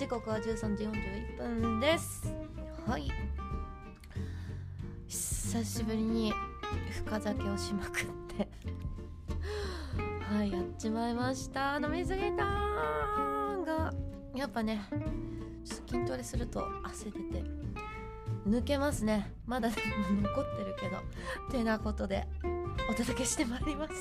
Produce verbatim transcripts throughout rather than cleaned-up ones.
時刻はじゅうさんじよんじゅういっぷんです。はい、久しぶりに深酒をしまくってはいやっちまいました。飲みすぎたがやっぱね、ちょっと筋トレすると汗出て抜けますね。まだでも残ってるけどてなことでお届けしてまいります。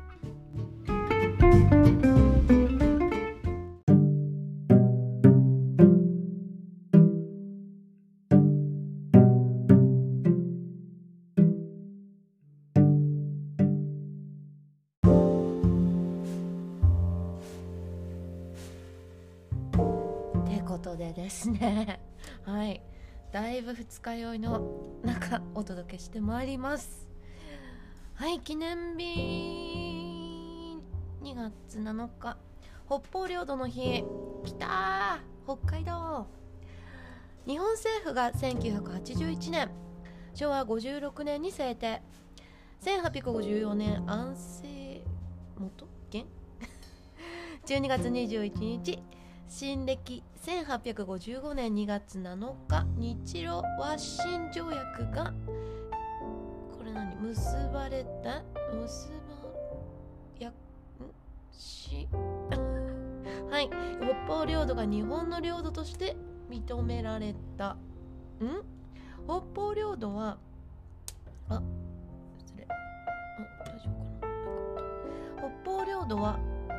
ってことでですねはいだいぶ二日酔いの中お届けしてまいります。はい、記念日にがつなのか北方領土の日。きたー、北海道。日本政府がせんきゅうひゃくはちじゅういちねんしょわごじゅうろくねんに制定。せんはっぴゃくごじゅうよねん安政元元じゅうにがつにじゅういちにち新暦せんはっぴゃくごじゅうごねんにがつなのか日露和親条約がこれ何結ばれた結ばやんしはい北方領土が日本の領土として認められた。ん北方領土はあ失礼あ大丈夫かな。北方領土は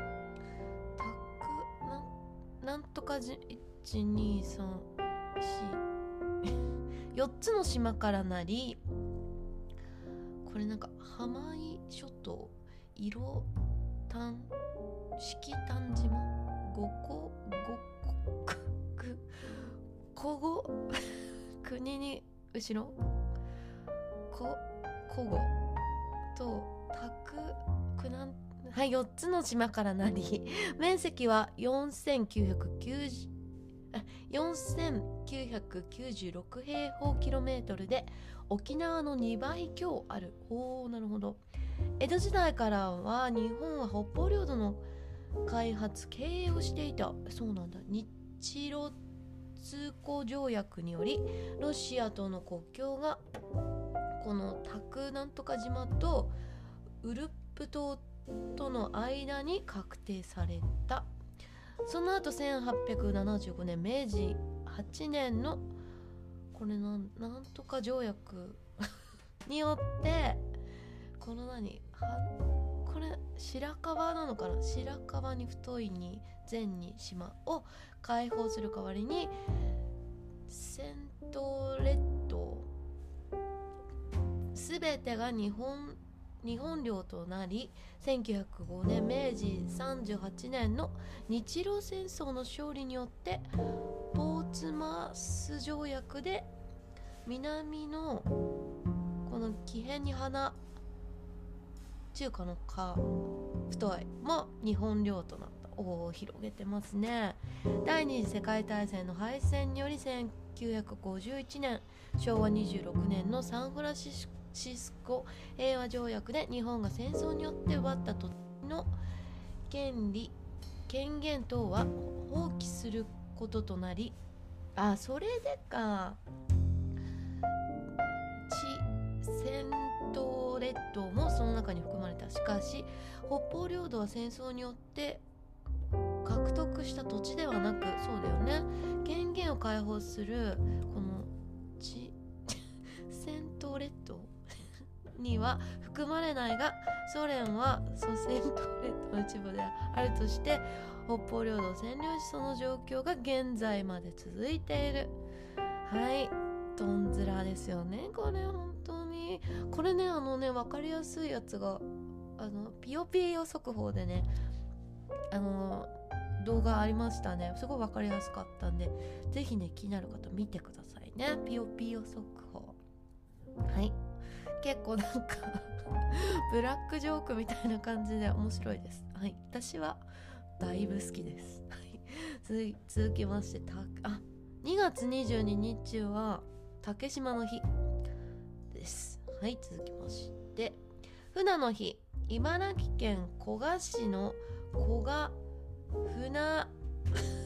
なんとかじいちにさんよんよっつの島からなり、これなんか浜井諸島、色丹式丹島、五個五個く古語国に後ろこ古語と宅くなんはい、よっつの島からなり面積はよんせんきゅうひゃくきゅうじゅうよんせんきゅうひゃくきゅうじゅうろく平方キロメートルで沖縄のにばい強ある。おー、なるほど。江戸時代からは日本は北方領土の開発経営をしていた。そうなんだ。日露通行条約によりロシアとの国境がこのタクなんとか島とウルップ島との間に確定された。その後せんはっぴゃくななじゅうごねん明治はちねんのこれなんなんとか条約によってこの何はこれ白樺なのかな、白樺に太いに全に島を解放する代わりにセントレッドすべてが日本日本領となり、せんきゅうひゃくごねん明治さんじゅうはちねんの日露戦争の勝利によってポーツマス条約で南のこの木偏に花中華の花太いも日本領となった。おー、広げてますね。第二次世界大戦の敗戦によりせんきゅうひゃくごじゅういちねんしょうわにじゅうろくねんのサンフランシスコシスコ平和条約で日本が戦争によって奪った土地の権利権限等は放棄することとなり、あ、それでか地セント列島もその中に含まれた。しかし北方領土は戦争によって獲得した土地ではなく、そうだよね、権限を解放するこの地セント列島には含まれないが、ソ連はソセント列島の一部であるとして北方領土を占領し、その状況が現在まで続いている。はい、どんずらですよねこれ。本当にこれね、あのね分かりやすいやつがあのピヨピヨ速報でね、あの動画ありましたね。すごい分かりやすかったんで、ぜひね気になる方見てくださいね。ピヨピヨ速報。はい、結構なんかブラックジョークみたいな感じで面白いです。はい、私はだいぶ好きです。続, 続きましてたあにがつにじゅうににちは竹島の日です。はい、続きまして船の日。茨城県古河市の古河船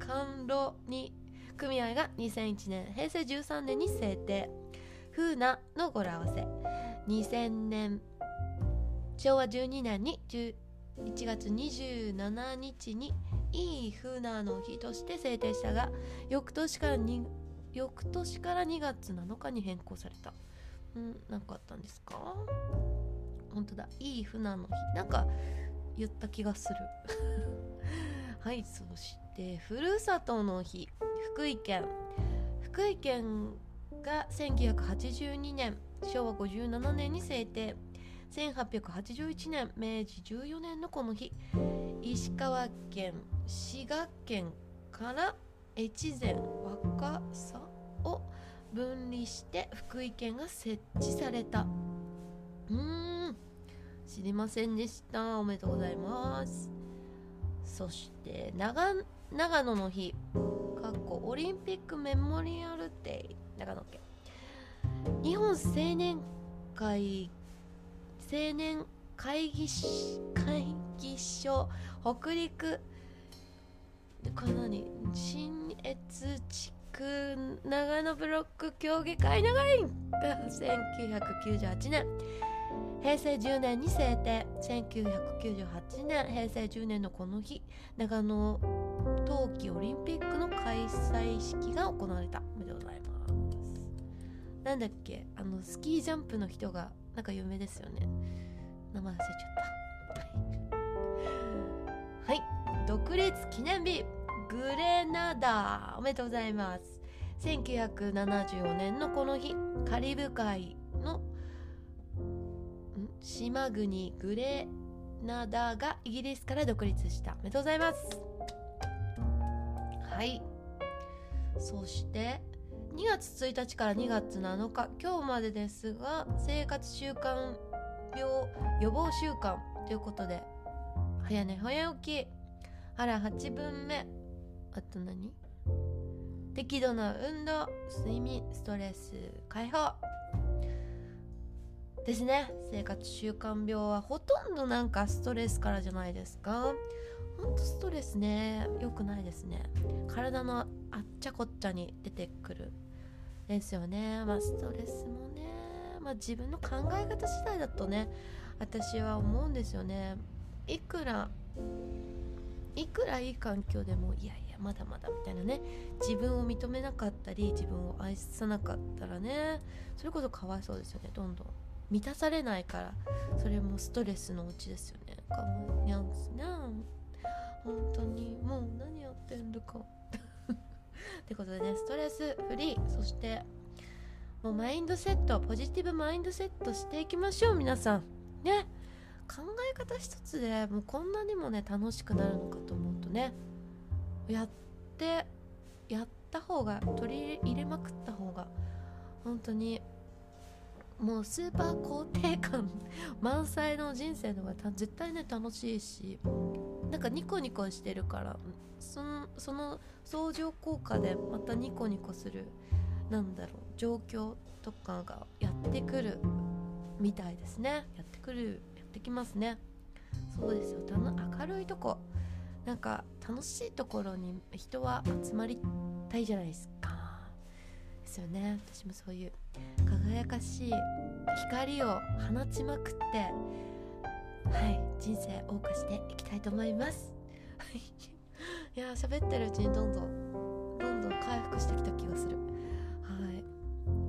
甘露に組合がにせんいちねん、へいせいじゅうさんねんに制定。風なの語呂合わせ。にせんねん、しょうわじゅうにねんにじゅういちがつにじゅうしちにちにいい風なの日として制定したが、翌年からに翌年からにがつなのかに変更された。んなんかあったんですか？本当だ、いい船の日、なんか言った気がするはい、そしてふるさとの日、福井県。福井県がせんきゅうひゃくはちじゅうにねん、しょうわごじゅうななねんに制定。せんはっぴゃくはちじゅういちねん、めいじじゅうよねんのこの日、石川県、滋賀県から越前若狭を分離して福井県が設置された。うーん、知りませんでした。おめでとうございます。そして長長野の日、かっこオリンピックメモリアルデイ、長野県。日本青年会青年会議会議所北陸、これ何、信越地区長野ブロック協議会長いがせんきゅうひゃくきゅうじゅうはちねん、へいせいじゅうねんに制定。せんきゅうひゃくきゅうじゅうはちねん、へいせいじゅうねんのこの日、長野冬季オリンピックの開催式が行われた。おめでとうございます。なんだっけ、あのスキージャンプの人がなんか有名ですよね。名前忘れちゃったはい、独立記念日、グレナダ、おめでとうございます。せんきゅうひゃくななじゅうよねんのこの日、カリブ海の島国グレナダがイギリスから独立した。おめでとうございます。はい、そしてにがつついたちからにがつなのか、今日までですが、生活習慣病予防週間ということで、早寝早起き、腹はちぶんめ、あと何、適度な運動、睡眠、ストレス解放ですね。生活習慣病はほとんどなんかストレスからじゃないですか。ほんとストレスね、良くないですね。体のあっちゃこっちゃに出てくるですよね。まあストレスもね、まあ自分の考え方次第だとね、私は思うんですよね。いくらいくらいい環境でも、いやいやまだまだみたいなね、自分を認めなかったり自分を愛さなかったらね、それこそかわいそうですよね。どんどん満たされないから、それもストレスのうちですよね。かもにゃんすね、本当にもう何やってんるかってことでね、ストレスフリー、そしてもうマインドセット、ポジティブマインドセットしていきましょう。皆さんね、考え方一つでもうこんなにもね楽しくなるのかと思うとね、やってやった方が、取り入れまくった方が本当にもうスーパー肯定感満載の人生の方が絶対ね楽しいし、なんかニコニコしてるから、そのその相乗効果でまたニコニコする、なんだろう、状況とかがやってくるみたいですね。やってくるやってきますね。そうですよ、たの明るいとこ、なんか楽しいところに人は集まりたいじゃないですか。ですよね。私もそういう輝かしい光を放ちまくって、はい、人生謳歌していきたいと思いますいやー、喋ってるうちにどんどんどんどん回復してきた気がする。はい、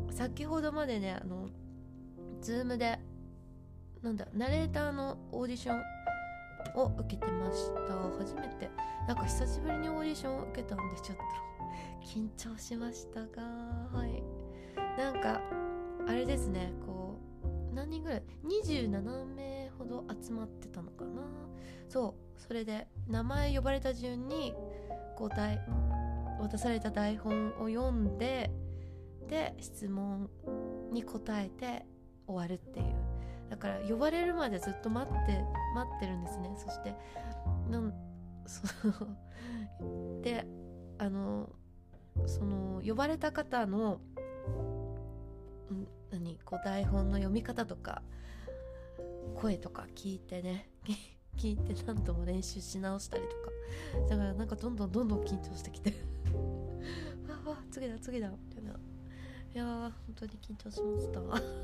先ほどまでね、あのズームでなんだナレーターのオーディションを受けてました。初めて、なんか久しぶりにオーディションを受けたんでちょっと緊張しましたが、はい、なんかあれですね、こう何人ぐらい、にじゅうななめいほど集まってたのかな。そう、それで名前呼ばれた順にこう台渡された台本を読んで、で質問に答えて終わるっていう。だから呼ばれるまでずっと待って待ってるんですね。そしてなんそであのその呼ばれた方のん何こう台本の読み方とか声とか聞いてね聞いて何度も練習し直したりとか、だからなんかどんどんどんどん緊張してきてああ次だ次だみたいな。いやー本当に緊張しました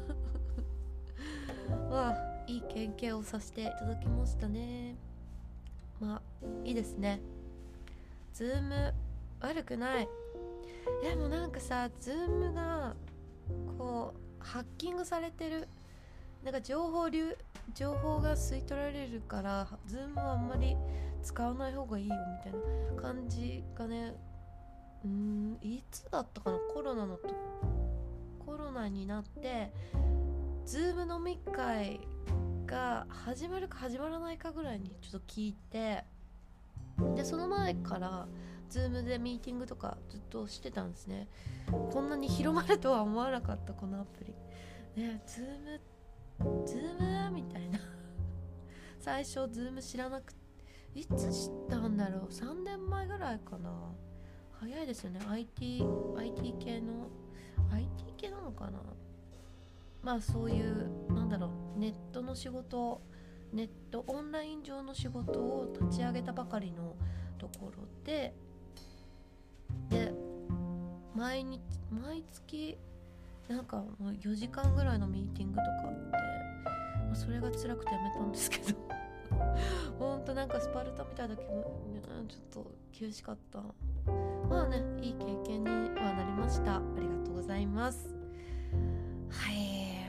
わあ、いい経験をさせていただきましたね。まあいいですね。ズーム悪くない。でもなんかさ、ズームがこうハッキングされてる、なんか情報流情報が吸い取られるから、ズームはあんまり使わない方がいいよみたいな感じがね、うーんいつだったかな、コロナのとコロナになってズーム飲み会が始まるか始まらないかぐらいにちょっと聞いて、でその前からズームでミーティングとかずっとしてたんですね。こんなに広まるとは思わなかった、このアプリね。ズームズームみたいな最初ズーム知らなくて、いつ知ったんだろう、さんねんまえぐらいかな。早いですよね。 アイティー アイティー 系の アイティー 系なのかな。まあそういうなんだろう、ネットの仕事、ネットオンライン上の仕事を立ち上げたばかりのところで、で毎日毎月なんかもうよじかんぐらいのミーティングとかあって、まあ、それが辛くてやめたんですけどほんとなんかスパルタみたいだけど、ちょっと厳しかった。まあね、いい経験にはなりました。ありがとうございます。はい、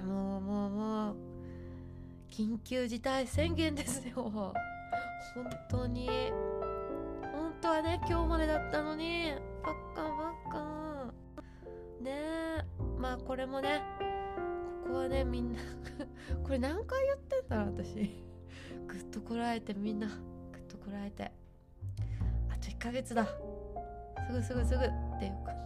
もうもうもう緊急事態宣言ですよ。本当に本当はね今日までだったのに、バカバカねえ。まあこれもね、ここはねみんなこれ何回言ってんだろう私ぐっとこらえて、みんなぐっとこらえて、あといっかげつだ、すぐすぐすぐっていうか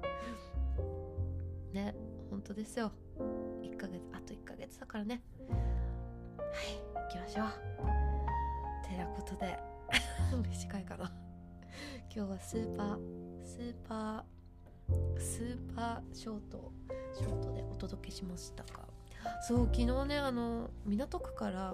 ね、本当ですよ。いっかげつ、あといっかげつだからね。はい、行きましょうてなことで短いかな今日はスーパースーパースーパーショートショートでお届けしましたが、そう昨日ね、あの港区から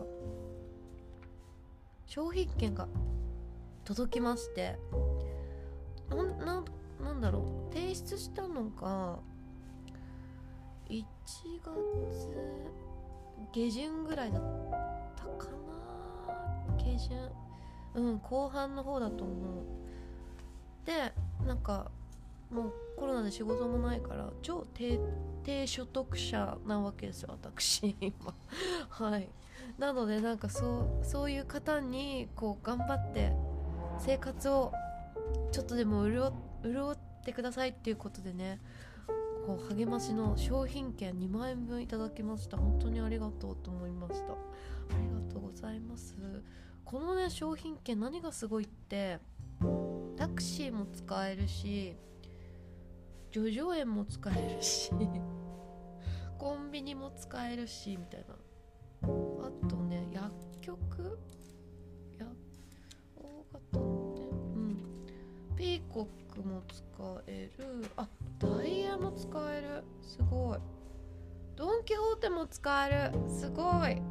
商品券が届きまして、な、な、なんだろう、提出したのがいちがつ下旬ぐらいだったかな。下旬、うん後半の方だと思う。でなんかもうコロナで仕事もないから超 低, 低所得者なわけですよ私今はいなのでなんかそうそういう方にこう頑張って生活をちょっとでも潤潤ってくださいっていうことでね、こう励ましの商品券にまんえんぶんいただきました。本当にありがとうと思いました。ありがとうございます。このね商品券何がすごいって、タクシーも使えるし、叙々苑も使えるしコンビニも使えるしみたいな。あとね薬局や大型のね、うんピーコックも使える、あダイヤも使える、すごい。ドンキホーテも使える、すごい。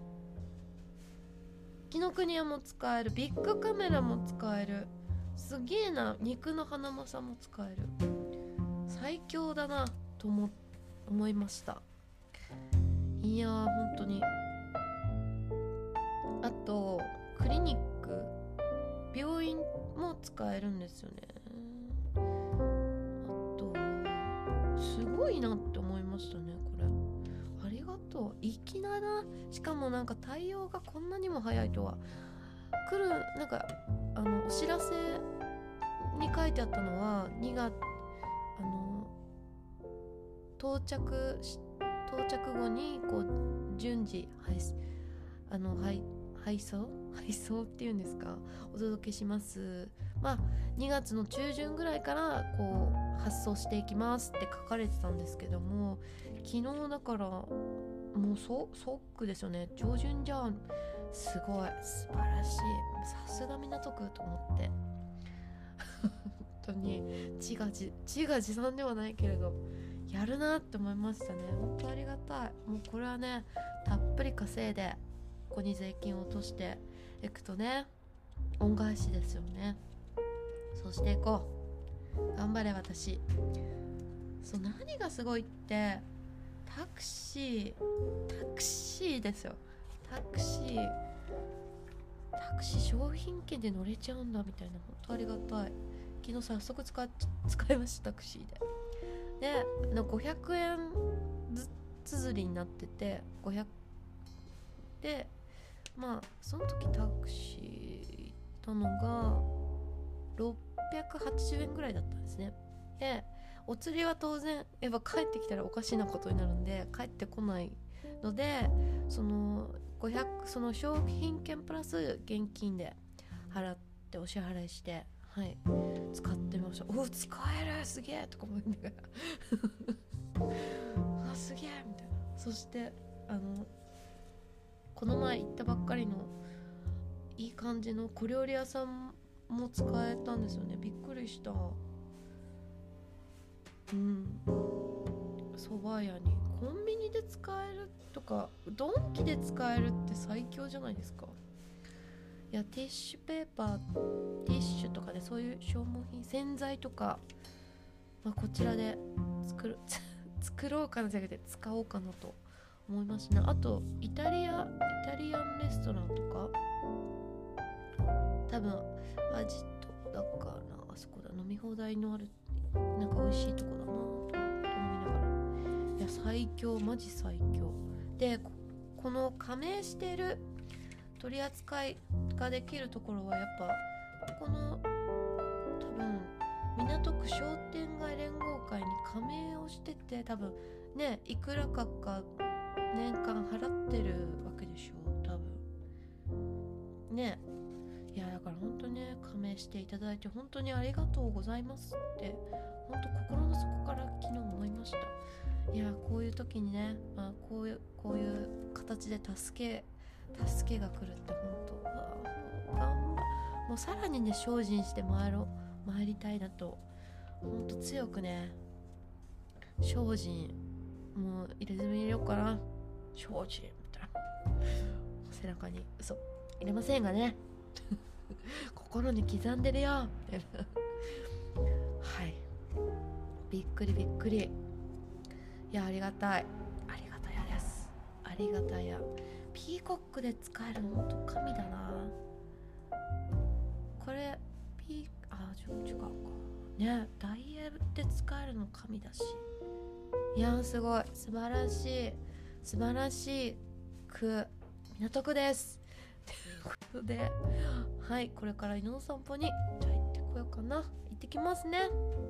紀ノ国屋も使える、ビッグカメラも使える、すげえな。肉のハナマサも使える、最強だなと思思いました。いやー本当に。あとクリニック、病院も使えるんですよね。あとすごいなって思いましたね、これ。ありがとう。粋だな。しかもなんか対応がこんなにも早いとは。来るなんかあのお知らせに書いてあったのはにがつ、あの到着し到着後にこう順次配あの配配送配送っていうんですか、お届けします。まあにがつの中旬ぐらいからこう発送していきますって書かれてたんですけども、昨日だからもうそそっくですよね。上旬じゃん、すごい素晴らしい。さすが港区と思って本当に自画自自画自賛ではないけれどやるなって思いましたね。本当ありがたい。もうこれはねたっぷり稼いでここに税金を落として行くとね、恩返しですよね。そうしていこう。頑張れ私。そう、何がすごいってタクシータクシーですよ。タクシータクシー商品券で乗れちゃうんだみたいな、本当ありがたい。昨日早速使っ使いました、タクシーで。で、ごひゃくえんずつづりになってて、ごひゃくで、まあその時タクシー行ったのがろっぴゃくはちじゅうえんぐらいだったんですね。で、お釣りは当然やっぱ帰ってきたらおかしなことになるんで帰ってこないので、そのごひゃくその商品券プラス現金で払ってお支払いして、はい、使ってみました。お、使える、すげえとか思いながらあ、すげえみたいな。そしてあのこの前行ったばっかりのいい感じの小料理屋さんも使えたんですよね。びっくりした。うん、蕎麦屋にコンビニで使えるとかドンキで使えるって最強じゃないですか。いや、ティッシュペーパー、ティッシュとかで、そういう消耗品、洗剤とか、まあ、こちらで作る作ろうかなじゃなくて使おうかなと思いますね。あとイタリアイタリアンレストランとか、多分アジトだからあそこだ、飲み放題のあるなんか美味しいとこだなと思いながら、いや最強、マジ最強で、こ, この加盟している取り扱いができるところはやっぱここの多分港区商店街連合会に加盟をしてて、多分ね、いくらかか年間払ってるわけでしょ多分ね。いやだから本当ね、加盟していただいて本当にありがとうございますって本当心の底から昨日思いました。いやこういう時にね、まあ、こういうこういう形で助け助けが来るって本当頑張もうさらにね精進して参ろう参りたいなと、本当強くね精進もう入れ墨入れようかな、精進みたいな背中に嘘入れませんがね心に刻んでるよみたいなはいびっくりびっくり。いやありがたいありがたやです、ありがたや。ピーコックで使えるのほんと神だな。これピーあちょっと違うかね、ダイヤで使えるの神だし、いやすごい素晴らしい素晴らしい区港区ですということで、はいこれから犬の散歩にじゃあ行ってこようかな。行ってきますね。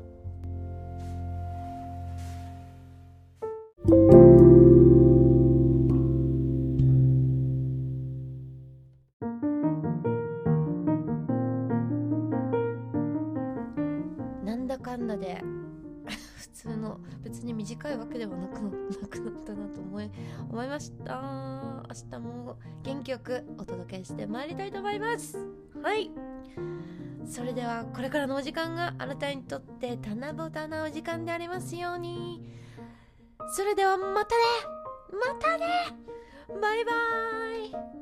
なんだかんだで普通の別に短いわけではなく な, なくなったなと思い思いました。明日も元気よくお届けしてまいりたいと思います。はい、それではこれからのお時間があなたにとって棚ぼたなお時間でありますように。それではまたねまたねバイバイ。